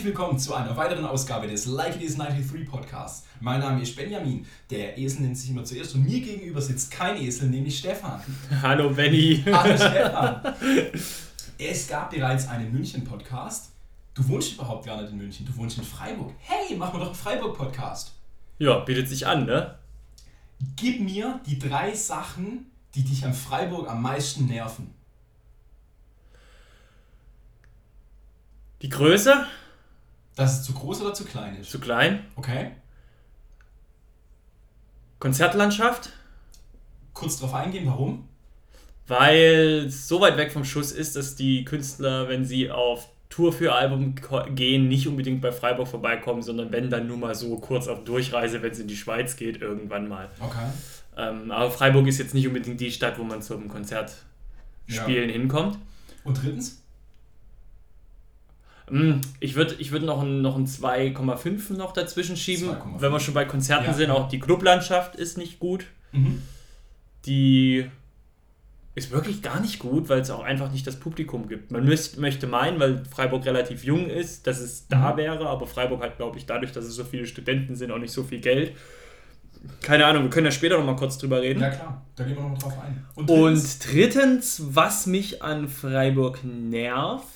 willkommen zu einer weiteren Ausgabe des Like It Is 93 Podcasts. Mein Name ist Benjamin, der Esel nennt sich immer zuerst und mir gegenüber sitzt kein Esel, nämlich Stefan. Hallo Benny. Hallo Stefan. Es gab bereits einen München-Podcast. Du wohnst überhaupt gar nicht in München, du wohnst in Freiburg. Hey, machen wir doch einen Freiburg-Podcast. Ja, bietet sich an, ne? Gib mir die 3 Sachen, die dich an Freiburg am meisten nerven. Die Größe? Dass es zu groß oder zu klein ist? Zu klein. Okay. Konzertlandschaft? Kurz drauf eingehen, warum? Weil es so weit weg vom Schuss ist, dass die Künstler, wenn sie auf Tour für Album gehen, nicht unbedingt bei Freiburg vorbeikommen, sondern wenn dann nur mal so kurz auf Durchreise, wenn es in die Schweiz geht, irgendwann mal. Okay. Aber Freiburg ist jetzt nicht unbedingt die Stadt, wo man zum Konzertspielen hinkommt. Und drittens? Ich würd noch ein 2,5 noch dazwischen schieben. 2,5. Wenn wir schon bei Konzerten sind, auch die Clublandschaft ist nicht gut. Mhm. Die ist wirklich gar nicht gut, weil es auch einfach nicht das Publikum gibt. Man möchte meinen, weil Freiburg relativ jung ist, dass es da wäre, aber Freiburg hat, glaube ich, dadurch, dass es so viele Studenten sind, auch nicht so viel Geld. Keine Ahnung, wir können ja später noch mal kurz drüber reden. Ja klar, da gehen wir noch mal drauf ein. Und drittens, was mich an Freiburg nervt,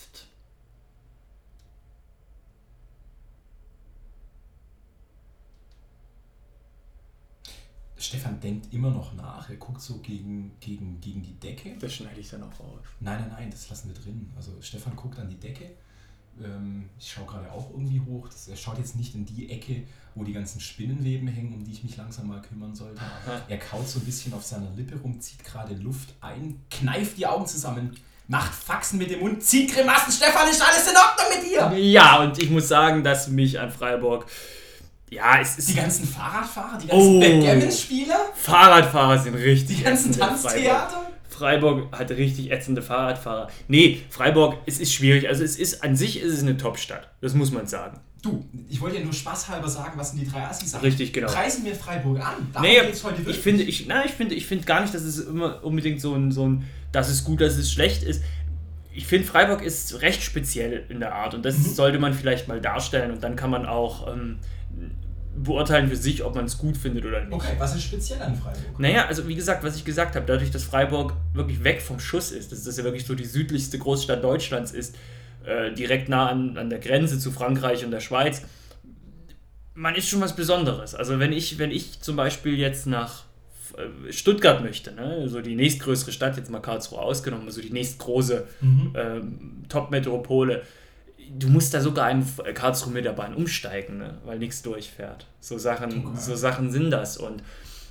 Stefan denkt immer noch nach, er guckt so gegen die Decke. das schneide ich dann auch raus. Nein, das lassen wir drin. Also Stefan guckt an die Decke. Ich schaue gerade auch irgendwie hoch. Er schaut jetzt nicht in die Ecke, wo die ganzen Spinnenweben hängen, um die ich mich langsam mal kümmern sollte. Er kaut so ein bisschen auf seiner Lippe rum, zieht gerade Luft ein, kneift die Augen zusammen, macht Faxen mit dem Mund, zieht Grimassen. Stefan, ist alles in Ordnung mit dir? Ja, und ich muss sagen, dass mich an Freiburg... Ja, es ist... Die ganzen Fahrradfahrer, die ganzen Backgammon-Spieler, Fahrradfahrer sind richtig die ganzen ätzend in Tanztheater. Freiburg hat richtig ätzende Fahrradfahrer. Nee, Freiburg, es ist schwierig. Also an sich ist es eine Top-Stadt. Das muss man sagen. Du, ich wollte ja nur spaßhalber sagen, was sind die 3 Assis sagen. Richtig, genau. Preisen wir Freiburg an. Darum Nee, geht's heute wirklich. ich finde gar nicht, dass es immer unbedingt so ein dass es gut, dass es schlecht ist. Ich finde, Freiburg ist recht speziell in der Art und das sollte man vielleicht mal darstellen und dann kann man auch beurteilen für sich, ob man es gut findet oder nicht. Okay, was ist speziell an Freiburg? Naja, also wie gesagt, was ich gesagt habe, dadurch, dass Freiburg wirklich weg vom Schuss ist, dass das ja wirklich so die südlichste Großstadt Deutschlands ist, direkt nah an der Grenze zu Frankreich und der Schweiz, man ist schon was Besonderes. Also wenn ich zum Beispiel jetzt nach Stuttgart möchte, ne, so die nächstgrößere Stadt, jetzt mal Karlsruhe ausgenommen, also die nächstgroße Top-Metropole, du musst da sogar in Karlsruhe mit der Bahn umsteigen, ne, weil nichts durchfährt. So Sachen sind das. Und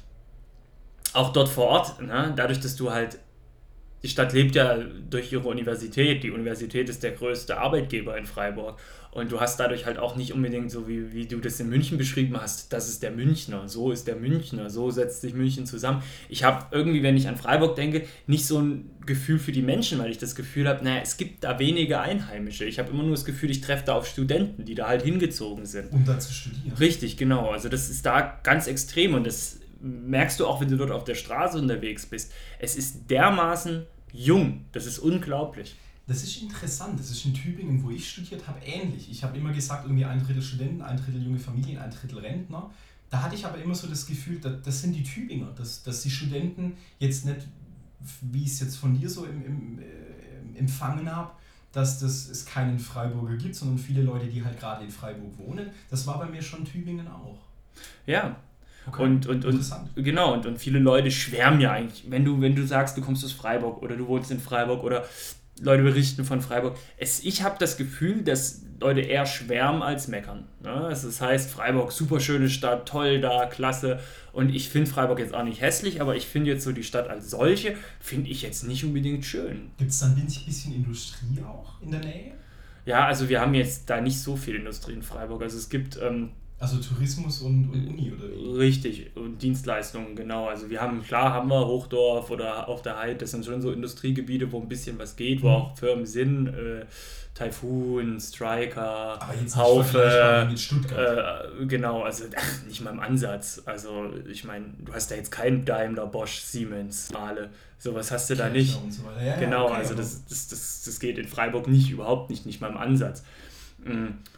auch dort vor Ort, ne, dadurch, dass du halt, die Stadt lebt ja durch ihre Universität. Die Universität ist der größte Arbeitgeber in Freiburg. Und du hast dadurch halt auch nicht unbedingt so, wie du das in München beschrieben hast, das ist der Münchner, so ist der Münchner, so setzt sich München zusammen. Ich habe irgendwie, wenn ich an Freiburg denke, nicht so ein Gefühl für die Menschen, weil ich das Gefühl habe, naja, es gibt da wenige Einheimische. Ich habe immer nur das Gefühl, ich treffe da auf Studenten, die da halt hingezogen sind. Um da zu studieren. Richtig, genau. Also das ist da ganz extrem und das merkst du auch, wenn du dort auf der Straße unterwegs bist. Es ist dermaßen jung, das ist unglaublich. Das ist interessant. Das ist in Tübingen, wo ich studiert habe, ähnlich. Ich habe immer gesagt, irgendwie 1/3 Studenten, 1/3 junge Familien, 1/3 Rentner. Da hatte ich aber immer so das Gefühl, das sind die Tübinger, dass die Studenten jetzt nicht, wie ich es jetzt von dir so empfangen habe, dass es keinen Freiburger gibt, sondern viele Leute, die halt gerade in Freiburg wohnen. Das war bei mir schon Tübingen auch. Ja. Okay. Und Interessant. genau, und viele Leute schwärmen ja eigentlich, wenn du sagst, du kommst aus Freiburg oder du wohnst in Freiburg oder Leute berichten von Freiburg. Ich habe das Gefühl, dass Leute eher schwärmen als meckern. Ne? Das heißt, Freiburg, super schöne Stadt, toll da, klasse. Und ich finde Freiburg jetzt auch nicht hässlich, aber ich finde jetzt so die Stadt als solche, finde ich jetzt nicht unbedingt schön. Gibt es dann ein bisschen Industrie auch in der Nähe? Ja, also wir haben jetzt da nicht so viel Industrie in Freiburg. Also es gibt... also Tourismus und Uni oder wie? Richtig, und Dienstleistungen, genau. Also haben wir Hochdorf oder auf der Heid, das sind schon so Industriegebiete, wo ein bisschen was geht, wo auch Firmen sind, Typhoon, Stryker, Haufe, mit Stuttgart. Genau, also nicht mal im Ansatz. Also ich meine, du hast da jetzt keinen Daimler, Bosch, Siemens, Mahle, sowas hast du da nicht. Und so weiter. Ja, genau, okay, also das geht in Freiburg überhaupt nicht mal im Ansatz.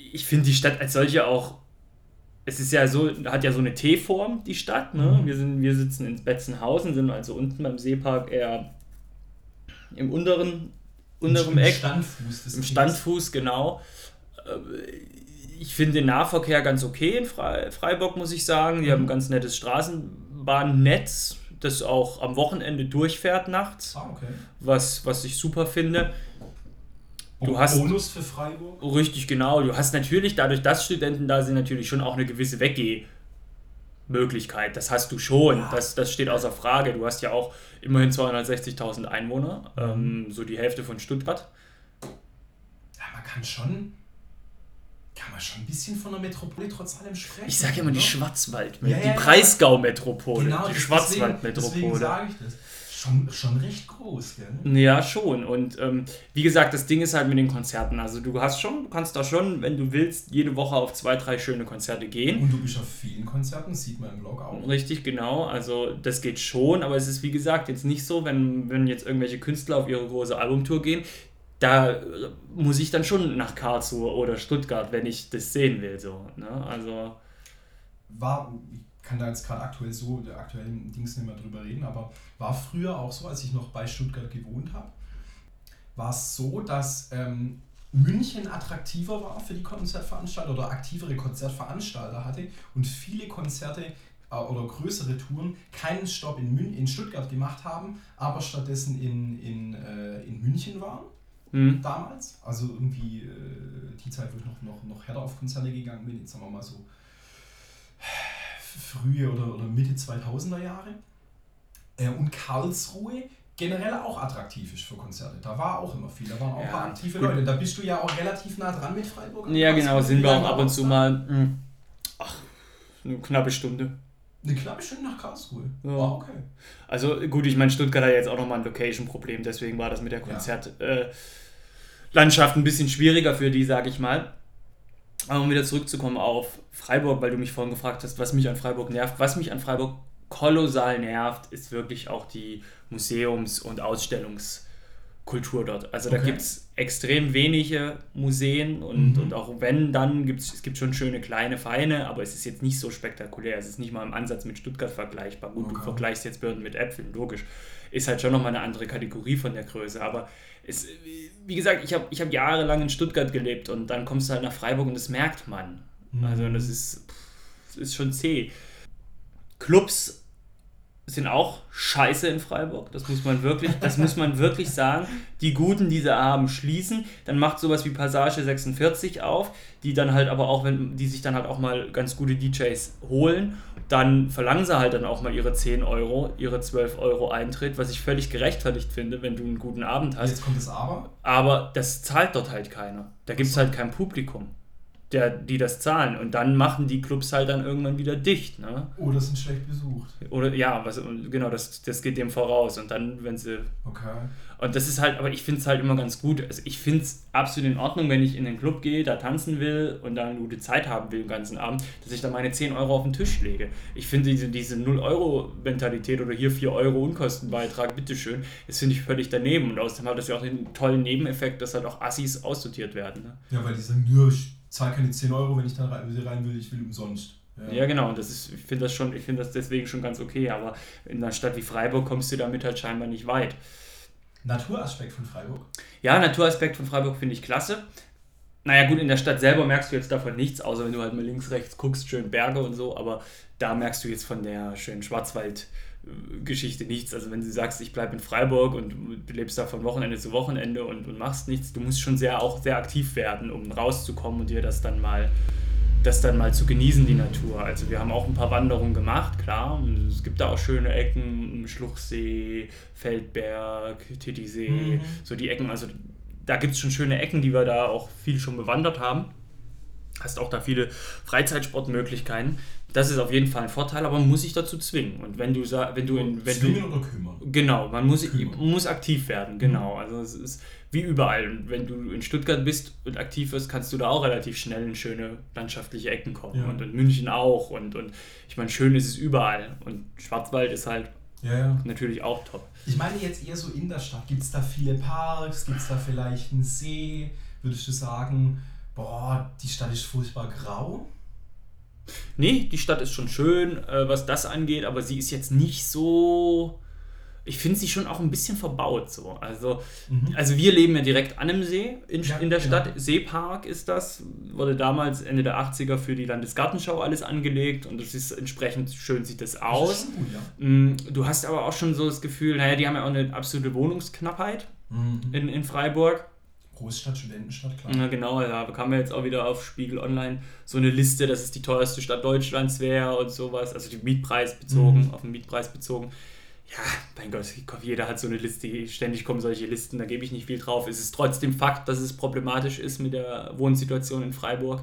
ich finde die Stadt als solche auch, es ist ja so, hat ja so eine T-Form, die Stadt, ne? Wir sitzen in Betzenhausen, sind also unten beim Seepark eher im unteren Eck. Im Standfuß, genau. Ich finde den Nahverkehr ganz okay in Freiburg, muss ich sagen. Die haben ein ganz nettes Straßenbahnnetz, das auch am Wochenende durchfährt nachts, okay. was ich super finde. Du hast Bonus für Freiburg? Richtig, genau. Du hast natürlich, dadurch, dass Studenten da sind, natürlich schon auch eine gewisse Weggehmöglichkeit. Das hast du schon. Ja. Das steht außer Frage. Du hast ja auch immerhin 260.000 Einwohner, so die Hälfte von Stuttgart. Ja, man kann schon ein bisschen von der Metropole trotz allem sprechen. Ich sage ja immer die Schwarzwald-Metropole, die Breisgau-Metropole, genau, die Schwarzwald-Metropole. Deswegen sage ich das. Schon recht groß, gell? Ja, schon. Und wie gesagt, das Ding ist halt mit den Konzerten. Also du kannst da schon, wenn du willst, jede Woche auf 2-3 schöne Konzerte gehen. Und du bist auf vielen Konzerten, sieht man im Blog auch. Richtig, genau. Also das geht schon, aber es ist wie gesagt jetzt nicht so, wenn jetzt irgendwelche Künstler auf ihre große Albumtour gehen, da muss ich dann schon nach Karlsruhe oder Stuttgart, wenn ich das sehen will. So, ne? Also ich kann da jetzt gerade der aktuellen Dings nicht mehr drüber reden, aber war früher auch so, als ich noch bei Stuttgart gewohnt habe, war es so, dass München attraktiver war für die Konzertveranstalter oder aktivere Konzertveranstalter hatte und viele Konzerte oder größere Touren keinen Stopp in Stuttgart gemacht haben, aber stattdessen in München waren. Damals, also irgendwie die Zeit, wo ich noch härter auf Konzerte gegangen bin, jetzt sagen wir mal so frühe oder Mitte 2000er Jahre. Und Karlsruhe generell auch attraktiv ist für Konzerte. Da war auch immer viel, da waren auch ein paar aktive Leute. Da bist du ja auch relativ nah dran mit Freiburg. Ja, genau, sind wir auch ab und zu mal. Eine knappe Stunde. Eine knappe Stunde nach Karlsruhe? Ja. Oh, okay. Also gut, ich meine, Stuttgart hat jetzt auch nochmal ein Location-Problem, deswegen war das mit der Konzertlandschaft ein bisschen schwieriger für die, sag ich mal. Aber um wieder zurückzukommen auf Freiburg, weil du mich vorhin gefragt hast, was mich an Freiburg nervt. Was mich an Freiburg kolossal nervt, ist wirklich auch die Museums- und Ausstellungskultur dort. Also da gibt es extrem wenige Museen und auch wenn, dann gibt es schon schöne kleine, feine, aber es ist jetzt nicht so spektakulär. Es ist nicht mal im Ansatz mit Stuttgart vergleichbar. Gut, du vergleichst jetzt Birnen mit Äpfeln, logisch. Ist halt schon nochmal eine andere Kategorie von der Größe, aber wie gesagt, ich hab jahrelang in Stuttgart gelebt und dann kommst du halt nach Freiburg und das merkt man. Also das ist schon zäh. Clubs sind auch scheiße in Freiburg, das muss man wirklich sagen. Die Guten, die sie haben, schließen, dann macht sowas wie Passage 46 auf, die dann halt aber auch, wenn die sich dann halt auch mal ganz gute DJs holen, dann verlangen sie halt dann auch mal ihre 10 Euro, ihre 12 Euro Eintritt, was ich völlig gerechtfertigt finde, wenn du einen guten Abend hast. Jetzt kommt das Aber. Aber das zahlt dort halt keiner. Da gibt es halt kein Publikum, die das zahlen. Und dann machen die Clubs halt dann irgendwann wieder dicht. Ne? Oder sind schlecht besucht. Oder ja, genau, das geht dem voraus. Und dann, wenn sie... Okay. Und das ist halt, aber ich finde es halt immer ganz gut. Also ich finde es absolut in Ordnung, wenn ich in den Club gehe, da tanzen will und da eine gute Zeit haben will den ganzen Abend, dass ich da meine 10 Euro auf den Tisch lege. Ich finde diese 0-Euro-Mentalität oder hier 4 Euro Unkostenbeitrag, bitteschön, das finde ich völlig daneben. Und außerdem hat das ja auch den tollen Nebeneffekt, dass halt auch Assis aussortiert werden. Ne? Ja, weil die sagen, ich zahle keine 10 Euro, wenn ich da rein will, ich will umsonst. Ja, genau, und ich finde das deswegen schon ganz okay, aber in einer Stadt wie Freiburg kommst du damit halt scheinbar nicht weit. Naturaspekt von Freiburg? Ja, Naturaspekt von Freiburg finde ich klasse. Naja gut, in der Stadt selber merkst du jetzt davon nichts, außer wenn du halt mal links, rechts guckst, schön Berge und so, aber da merkst du jetzt von der schönen Schwarzwald-Geschichte nichts. Also wenn du sagst, ich bleibe in Freiburg und du lebst da von Wochenende zu Wochenende und machst nichts, du musst schon auch sehr aktiv werden, um rauszukommen und dir das dann mal zu genießen, die Natur. Also wir haben auch ein paar Wanderungen gemacht, klar. Es gibt da auch schöne Ecken, Schluchsee, Feldberg, Titisee, so die Ecken. Also da gibt es schon schöne Ecken, die wir da auch viel schon bewandert haben. Hast auch da viele Freizeitsportmöglichkeiten. Das ist auf jeden Fall ein Vorteil, aber man muss sich dazu zwingen. Und zwingen oder kümmern? Genau, man muss aktiv werden, genau. Also es ist wie überall. Und wenn du in Stuttgart bist und aktiv wirst, kannst du da auch relativ schnell in schöne landschaftliche Ecken kommen. Ja. Und in München auch. Und ich meine, schön ist es überall. Und Schwarzwald ist halt natürlich auch top. Ich meine jetzt eher so in der Stadt. Gibt es da viele Parks? Gibt es da vielleicht einen See? Würdest du sagen, Boah, die Stadt ist furchtbar grau. Nee, die Stadt ist schon schön, was das angeht, aber sie ist jetzt nicht so. Ich finde sie schon auch ein bisschen verbaut so. Also wir leben ja direkt an einem See in der Stadt. Genau. Seepark ist das. Wurde damals Ende der 80er für die Landesgartenschau alles angelegt und das ist entsprechend schön sieht das aus. Das ist schon gut, ja. Du hast aber auch schon so das Gefühl, naja, die haben ja auch eine absolute Wohnungsknappheit in Freiburg. Großstadt, Studentenstadt, klar. Ja, genau, da kamen wir jetzt auch wieder auf Spiegel Online so eine Liste, dass es die teuerste Stadt Deutschlands wäre und sowas. Also die auf den Mietpreis bezogen. Ja, mein Gott, jeder hat so eine Liste, ständig kommen solche Listen, da gebe ich nicht viel drauf. Es ist trotzdem Fakt, dass es problematisch ist mit der Wohnsituation in Freiburg.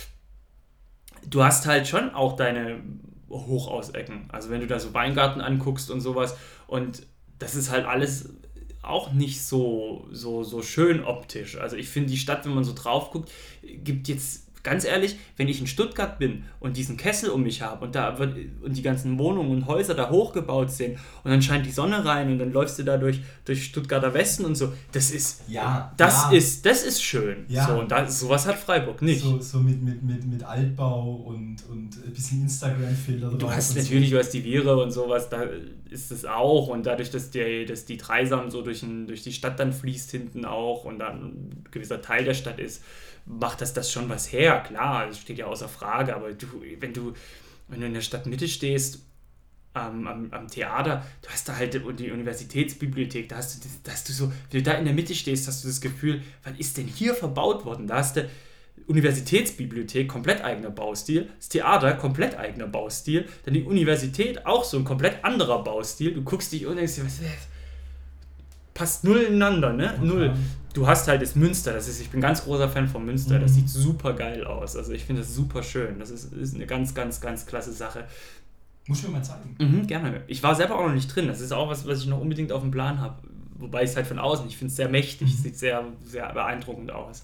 Du hast halt schon auch deine Hochhausecken. Also wenn du da so Weingarten anguckst und sowas und das ist halt alles auch nicht so schön optisch. Also ich finde die Stadt, wenn man so drauf guckt, gibt jetzt ganz ehrlich, wenn ich in Stuttgart bin und diesen Kessel um mich habe und die ganzen Wohnungen und Häuser da hochgebaut sind und dann scheint die Sonne rein und dann läufst du da durch Stuttgarter Westen und so, das ist ist schön. Ja. So, und sowas hat Freiburg nicht. So mit Altbau und ein bisschen Instagram-Filter drauf. Du hast die Viere und sowas, da ist es auch und dadurch, dass die Dreisam so durch die Stadt dann fließt hinten auch und dann ein gewisser Teil der Stadt ist, macht das schon was her, klar, das steht ja außer Frage, aber wenn du in der Stadtmitte stehst, am Theater, du hast da halt die Universitätsbibliothek, da hast du so, wenn du da in der Mitte stehst, hast du das Gefühl, was ist denn hier verbaut worden? Da hast du Universitätsbibliothek, komplett eigener Baustil, das Theater, komplett eigener Baustil, dann die Universität, auch so ein komplett anderer Baustil, du guckst dich und denkst dir, was ist das? Passt null ineinander, ne? Okay. Null. Du hast halt das Münster, ich bin ganz großer Fan von Münster, das sieht super geil aus, also ich finde das super schön, das ist eine ganz, ganz, ganz klasse Sache. Muss ich mir mal zeigen. Gerne. Ich war selber auch noch nicht drin, das ist auch was ich noch unbedingt auf dem Plan habe, wobei ich es halt von außen, ich finde es sehr mächtig, sieht sehr, sehr beeindruckend aus.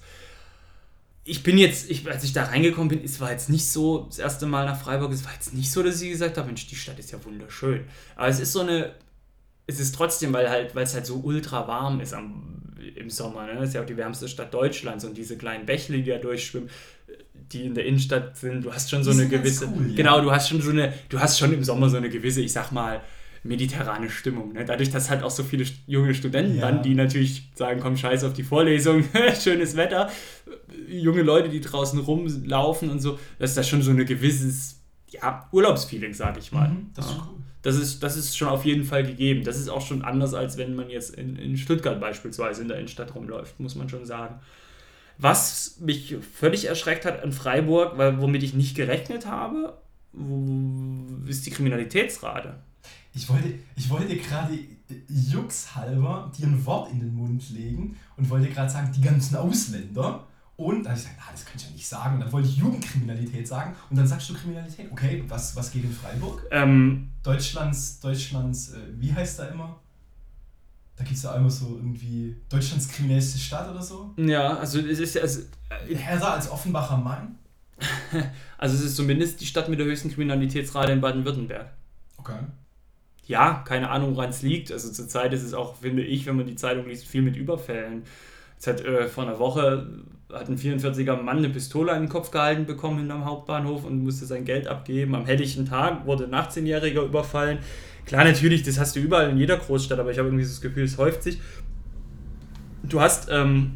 Als ich da reingekommen bin, es war jetzt nicht so, das erste Mal nach Freiburg, es war jetzt nicht so, dass ich gesagt habe, Mensch, die Stadt ist ja wunderschön, aber es ist trotzdem, weil es halt so ultra warm ist im Sommer, ne? Das ist ja auch die wärmste Stadt Deutschlands und diese kleinen Bächle, die da durchschwimmen, die in der Innenstadt sind, du hast schon so eine gewisse, cool, ja. Genau, du hast schon im Sommer so eine gewisse, ich sag mal, mediterrane Stimmung, ne? Dadurch, dass halt auch so viele junge Studenten dann, die natürlich sagen, komm, scheiß auf die Vorlesung, schönes Wetter, junge Leute, die draußen rumlaufen und so, das ist da schon so ein gewisses, Urlaubsfeeling, sag ich mal. Das ist cool. Das ist schon auf jeden Fall gegeben. Das ist auch schon anders, als wenn man jetzt in Stuttgart beispielsweise in der Innenstadt rumläuft, muss man schon sagen. Was mich völlig erschreckt hat an Freiburg, womit ich nicht gerechnet habe, ist die Kriminalitätsrate. Ich wollte gerade juxhalber dir ein Wort in den Mund legen und wollte gerade sagen, die ganzen Ausländer. Und dann habe ich gesagt, das kann ich ja nicht sagen. Und dann wollte ich Jugendkriminalität sagen. Und dann sagst du Kriminalität. Okay, was geht in Freiburg? Deutschlands, wie heißt da immer? Da gibt es ja immer so irgendwie Deutschlands kriminellste Stadt oder so. Ja, also es ist ja... Härter als Offenbach am Main? Also es ist zumindest die Stadt mit der höchsten Kriminalitätsrate in Baden-Württemberg. Okay. Ja, keine Ahnung, woran es liegt. Also zurzeit ist es auch, finde ich, wenn man die Zeitung liest, viel mit Überfällen. Es hat vor einer Woche hat ein 44er Mann eine Pistole an den Kopf gehalten bekommen hinterm Hauptbahnhof und musste sein Geld abgeben. Am helllichten Tag wurde ein 18-Jähriger überfallen. Klar, natürlich, das hast du überall in jeder Großstadt, aber ich habe irgendwie das Gefühl, es häuft sich. Du hast halt,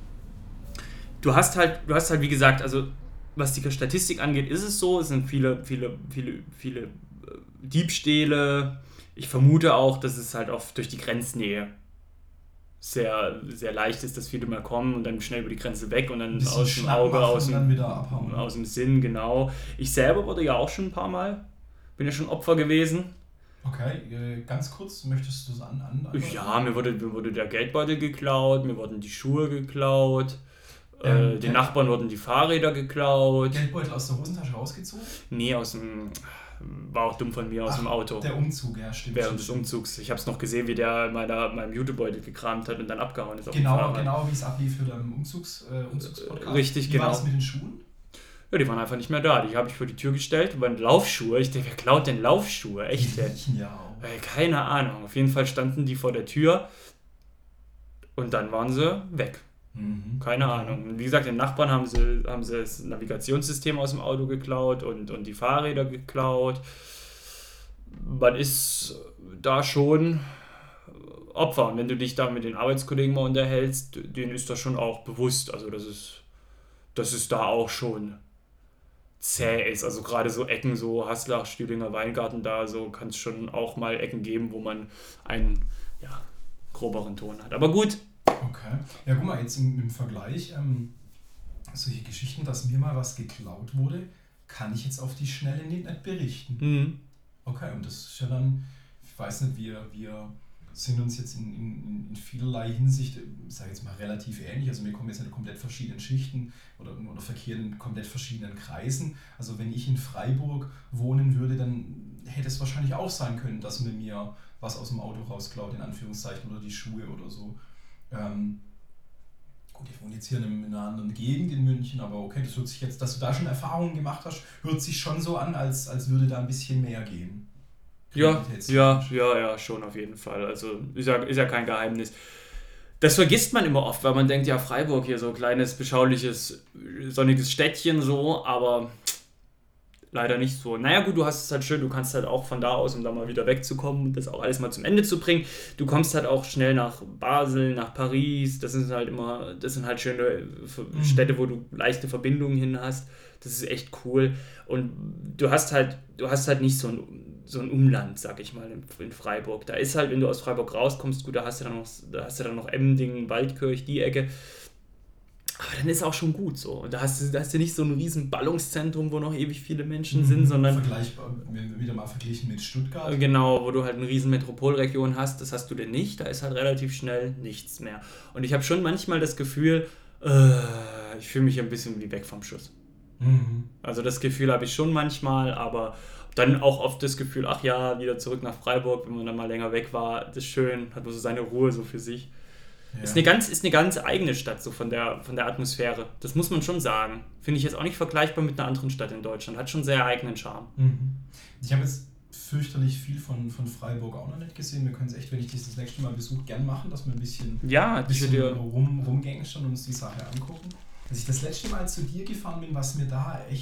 wie gesagt, also was die Statistik angeht, ist es so, es sind viele Diebstähle. Ich vermute auch, dass es halt auch durch die Grenznähe sehr, sehr leicht ist, dass viele mal kommen und dann schnell über die Grenze weg und dann aus dem Auge, aus dem Sinn, genau. Ich selber wurde ja auch schon ein paar Mal, bin ja schon Opfer gewesen. Okay, ganz kurz, möchtest du es an? Ja, mir wurde der Geldbeutel geklaut, mir wurden die Schuhe geklaut, den Nachbarn wurden die Fahrräder geklaut. Geldbeutel aus der Hosentasche rausgezogen? Nee, war auch dumm von mir aus dem Auto. Der Umzug, ja, stimmt. Während des Umzugs. Ich habe es noch gesehen, wie der meinem Jutebeutel gekramt hat und dann abgehauen ist. Genau, wie es ablief für deinen Umzugspodcast. Richtig, wie war das mit den Schuhen? Ja, die waren einfach nicht mehr da. Die habe ich vor die Tür gestellt. Waren Laufschuhe. Ich denke, wer klaut denn Laufschuhe? Echt? Die riechen ja auch. Keine Ahnung. Auf jeden Fall standen die vor der Tür und dann waren sie weg. Keine Ahnung. Wie gesagt, den Nachbarn haben sie das Navigationssystem aus dem Auto geklaut und die Fahrräder geklaut. Man ist da schon Opfer. Und wenn du dich da mit den Arbeitskollegen mal unterhältst, denen ist das schon auch bewusst. Also dass es da auch schon zäh ist. Also gerade so Ecken, so Haslach, Stühlinger Weingarten, da so kann es schon auch mal Ecken geben, wo man einen groberen Ton hat. Aber gut. Okay. Ja, guck mal, jetzt im Vergleich, solche Geschichten, dass mir mal was geklaut wurde, kann ich jetzt auf die Schnelle nicht berichten. Okay, und das ist ja dann, ich weiß nicht, wir sind uns jetzt in vielerlei Hinsicht, ich sage jetzt mal, relativ ähnlich. Also wir kommen jetzt in komplett verschiedenen Schichten oder verkehren in komplett verschiedenen Kreisen. Also wenn ich in Freiburg wohnen würde, dann hätte es wahrscheinlich auch sein können, dass mir was aus dem Auto rausklaut, in Anführungszeichen, oder die Schuhe oder so. Gut, ich wohne jetzt hier in einer anderen Gegend in München, aber okay, das hört sich jetzt, dass du da schon Erfahrungen gemacht hast, hört sich schon so an, als würde da ein bisschen mehr gehen. Ja, schon auf jeden Fall. Also ist ja kein Geheimnis. Das vergisst man immer oft, weil man denkt, ja, Freiburg hier so ein kleines, beschauliches, sonniges Städtchen so, aber leider nicht so. Naja gut, du hast es halt schön, du kannst halt auch von da aus, um da mal wieder wegzukommen und das auch alles mal zum Ende zu bringen, du kommst halt auch schnell nach Basel, nach Paris, das sind halt schöne Städte, wo du leichte Verbindungen hin hast, das ist echt cool und du hast halt nicht so ein Umland, sag ich mal, in Freiburg. Da ist halt, wenn du aus Freiburg rauskommst, gut, da hast du dann noch Emmendingen, Waldkirch, die Ecke. Aber dann ist auch schon gut so. Und da hast du nicht so ein riesen Ballungszentrum, wo noch ewig viele Menschen sind, sondern... Vergleichbar, wieder mal verglichen mit Stuttgart. Genau, wo du halt eine riesen Metropolregion hast, das hast du denn nicht. Da ist halt relativ schnell nichts mehr. Und ich habe schon manchmal das Gefühl, ich fühle mich ein bisschen wie weg vom Schuss. Also das Gefühl habe ich schon manchmal, aber dann auch oft das Gefühl, ach ja, wieder zurück nach Freiburg, wenn man dann mal länger weg war, das ist schön, hat man so seine Ruhe so für sich. Ja. Ist eine ganz eigene Stadt, so von der Atmosphäre. Das muss man schon sagen. Finde ich jetzt auch nicht vergleichbar mit einer anderen Stadt in Deutschland. Hat schon sehr eigenen Charme. Ich habe jetzt fürchterlich viel von Freiburg auch noch nicht gesehen. Wir können es echt, wenn ich das nächste Mal besuche, gern machen, dass wir ein bisschen rumgängstern und uns die Sache angucken. Als ich das letzte Mal zu dir gefahren bin, was mir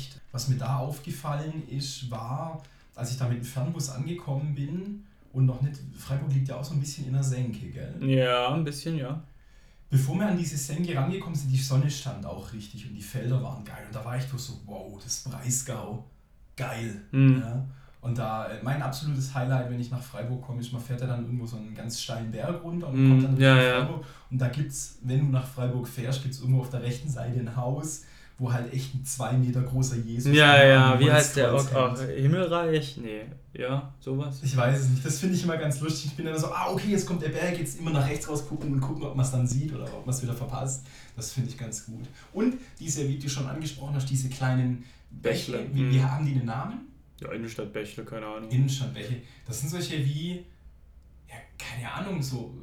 da aufgefallen ist, war, als ich da mit dem Fernbus angekommen bin und noch nicht, Freiburg liegt ja auch so ein bisschen in der Senke, gell? Ja, ein bisschen, ja. Bevor wir an diese Senke rangekommen sind, die Sonne stand auch richtig und die Felder waren geil. Und da war ich doch so, wow, das Breisgau, geil. Ja? Und da, mein absolutes Highlight, wenn ich nach Freiburg komme, ist, man fährt ja dann irgendwo so einen ganz steilen Berg runter und kommt dann Richtung Freiburg. Und da gibt's, wenn du nach Freiburg fährst, gibt's irgendwo auf der rechten Seite ein Haus, wo halt echt ein 2 Meter großer Jesus wie heißt der? Himmelreich? Nee, ja, sowas. Ich weiß es nicht, das finde ich immer ganz lustig. Ich bin dann so, okay, jetzt kommt der Berg, jetzt immer nach rechts raus gucken, ob man es dann sieht oder ob man es wieder verpasst. Das finde ich ganz gut. Und diese, wie du schon angesprochen hast, diese kleinen Bächle, wie haben die einen Namen? Ja, Innenstadtbächle, keine Ahnung. Innenstadtbäche. Das sind solche wie, ja, keine Ahnung, so,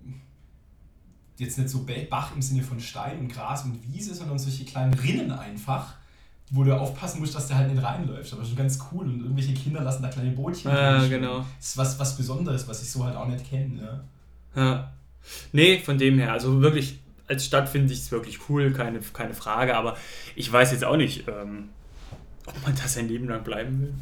jetzt nicht so Bach im Sinne von Stein und Gras und Wiese, sondern solche kleinen Rinnen einfach, wo du aufpassen musst, dass der halt nicht reinläuft. Aber schon ganz cool und irgendwelche Kinder lassen da kleine Bootchen drin. Genau. Das ist was Besonderes, was ich so halt auch nicht kenne. Ne? Ja. Nee, von dem her, also wirklich, als Stadt finde ich es wirklich cool, keine Frage, aber ich weiß jetzt auch nicht, ob man da sein Leben lang bleiben will.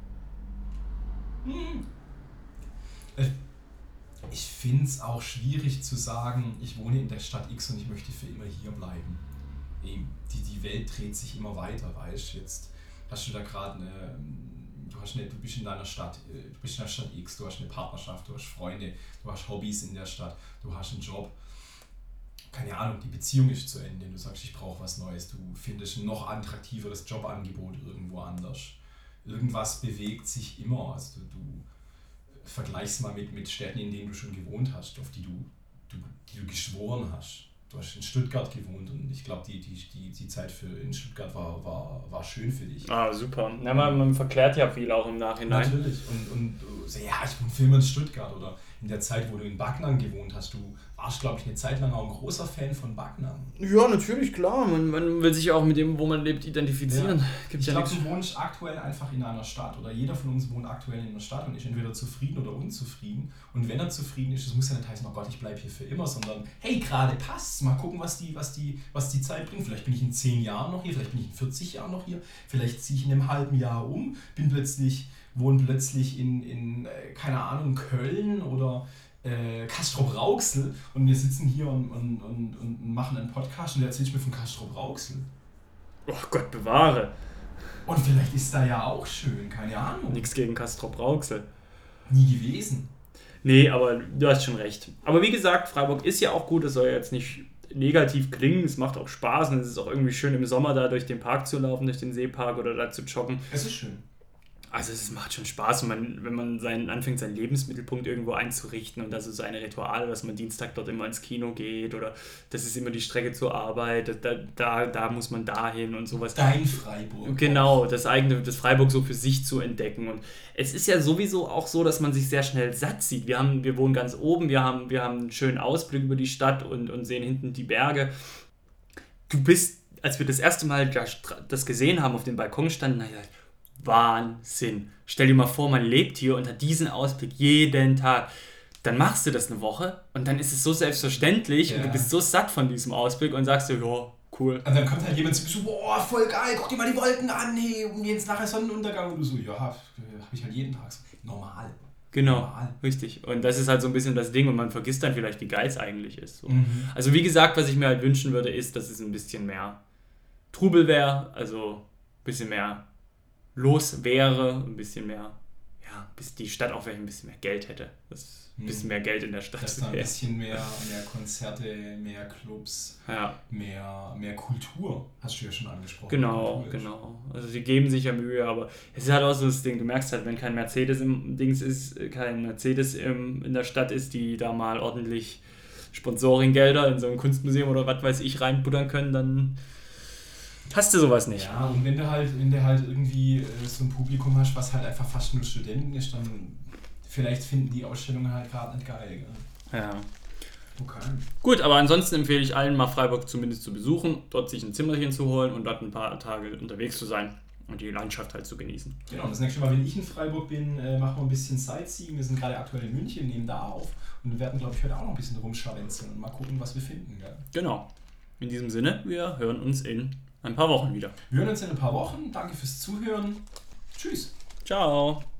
Ich finde es auch schwierig zu sagen, ich wohne in der Stadt X und ich möchte für immer hier bleiben. Die Welt dreht sich immer weiter, weißt du? Jetzt hast du da gerade du bist in deiner Stadt, du bist in der Stadt X, du hast eine Partnerschaft, du hast Freunde, du hast Hobbys in der Stadt, du hast einen Job. Keine Ahnung, die Beziehung ist zu Ende, du sagst, ich brauche was Neues, du findest ein noch attraktiveres Jobangebot irgendwo anders. Irgendwas bewegt sich immer, also du vergleichst mal mit Städten, in denen du schon gewohnt hast, auf die du geschworen hast. Du hast in Stuttgart gewohnt und ich glaube, die Zeit in Stuttgart war schön für dich. Ah, super. Ja, man verklärt ja viel auch im Nachhinein. Natürlich. Und so, ja, ich wohne für immer in Stuttgart oder in der Zeit, wo du in Backnang gewohnt hast, du warst, glaube ich, eine Zeit lang auch ein großer Fan von Backnang. Ja, natürlich, klar. Man will sich auch mit dem, wo man lebt, identifizieren. Ja. Ich glaube, du wohnst aktuell einfach in einer Stadt oder jeder von uns wohnt aktuell in einer Stadt und ist entweder zufrieden oder unzufrieden. Und wenn er zufrieden ist, das muss ja nicht heißen, oh Gott, ich bleibe hier für immer, sondern hey, gerade passt's. Mal gucken, was die Zeit bringt. Vielleicht bin ich in 10 Jahren noch hier, vielleicht bin ich in 40 Jahren noch hier, vielleicht ziehe ich in einem halben Jahr um, wohne plötzlich in keine Ahnung, Köln oder Castrop-Rauxel und wir sitzen hier und machen einen Podcast und du erzählst mir von Castrop-Rauxel. Oh Gott, bewahre. Und vielleicht ist da ja auch schön, keine Ahnung. Nichts gegen Castrop-Rauxel. Nie gewesen. Nee, aber du hast schon recht. Aber wie gesagt, Freiburg ist ja auch gut, es soll ja jetzt nicht negativ klingen, es macht auch Spaß und es ist auch irgendwie schön im Sommer da durch den Park zu laufen, durch den Seepark oder da zu joggen. Es ist schön. Also es macht schon Spaß, wenn man anfängt, seinen Lebensmittelpunkt irgendwo einzurichten und das ist so eine Rituale, dass man Dienstag dort immer ins Kino geht oder das ist immer die Strecke zur Arbeit, da muss man dahin und sowas. Dein Freiburg. Genau, das Freiburg so für sich zu entdecken. Und es ist ja sowieso auch so, dass man sich sehr schnell satt sieht. Wir wohnen ganz oben, wir haben einen schönen Ausblick über die Stadt und sehen hinten die Berge. Du bist, als wir das erste Mal das gesehen haben, auf dem Balkon standen, Wahnsinn. Stell dir mal vor, man lebt hier und hat diesen Ausblick jeden Tag. Dann machst du das eine Woche und dann ist es so selbstverständlich und du bist so satt von diesem Ausblick und sagst dir, ja, cool. Und dann kommt halt jemand zu Besuch, boah, voll geil, guck dir mal die Wolken an, hey, und jetzt nachher Sonnenuntergang. Und du so, ja, hab ich halt jeden Tag. Normal. Genau, normal. Richtig. Und das ist halt so ein bisschen das Ding und man vergisst dann vielleicht, wie geil es eigentlich ist. So. Mhm. Also wie gesagt, was ich mir halt wünschen würde, ist, dass es ein bisschen mehr Trubel wäre, also ein bisschen mehr los wäre, ein bisschen mehr, bis die Stadt auch vielleicht ein bisschen mehr Geld hätte. Dass ein bisschen mehr Geld in der Stadt dass da ein bisschen mehr Konzerte, mehr Clubs, mehr Kultur, hast du ja schon angesprochen. Genau. Also sie geben sich ja Mühe, aber es ist halt auch so das Ding, du merkst halt, wenn kein Mercedes in der Stadt ist, die da mal ordentlich Sponsoringgelder in so ein Kunstmuseum oder was weiß ich reinbuttern können, dann hast du sowas nicht. Ja, und wenn du halt irgendwie so ein Publikum hast, was halt einfach fast nur Studenten ist, dann vielleicht finden die Ausstellungen halt gerade nicht geil. Ja. Okay. Gut, aber ansonsten empfehle ich allen mal Freiburg zumindest zu besuchen, dort sich ein Zimmerchen zu holen und dort ein paar Tage unterwegs zu sein und die Landschaft halt zu genießen. Genau, das nächste Mal, wenn ich in Freiburg bin, machen wir ein bisschen Sightseeing. Wir sind gerade aktuell in München, nehmen da auf und werden, glaube ich, heute auch noch ein bisschen rumscharwenzeln und mal gucken, was wir finden. Gell? Genau. In diesem Sinne, wir hören uns in ein paar Wochen wieder. Wir hören uns in ein paar Wochen. Danke fürs Zuhören. Tschüss. Ciao.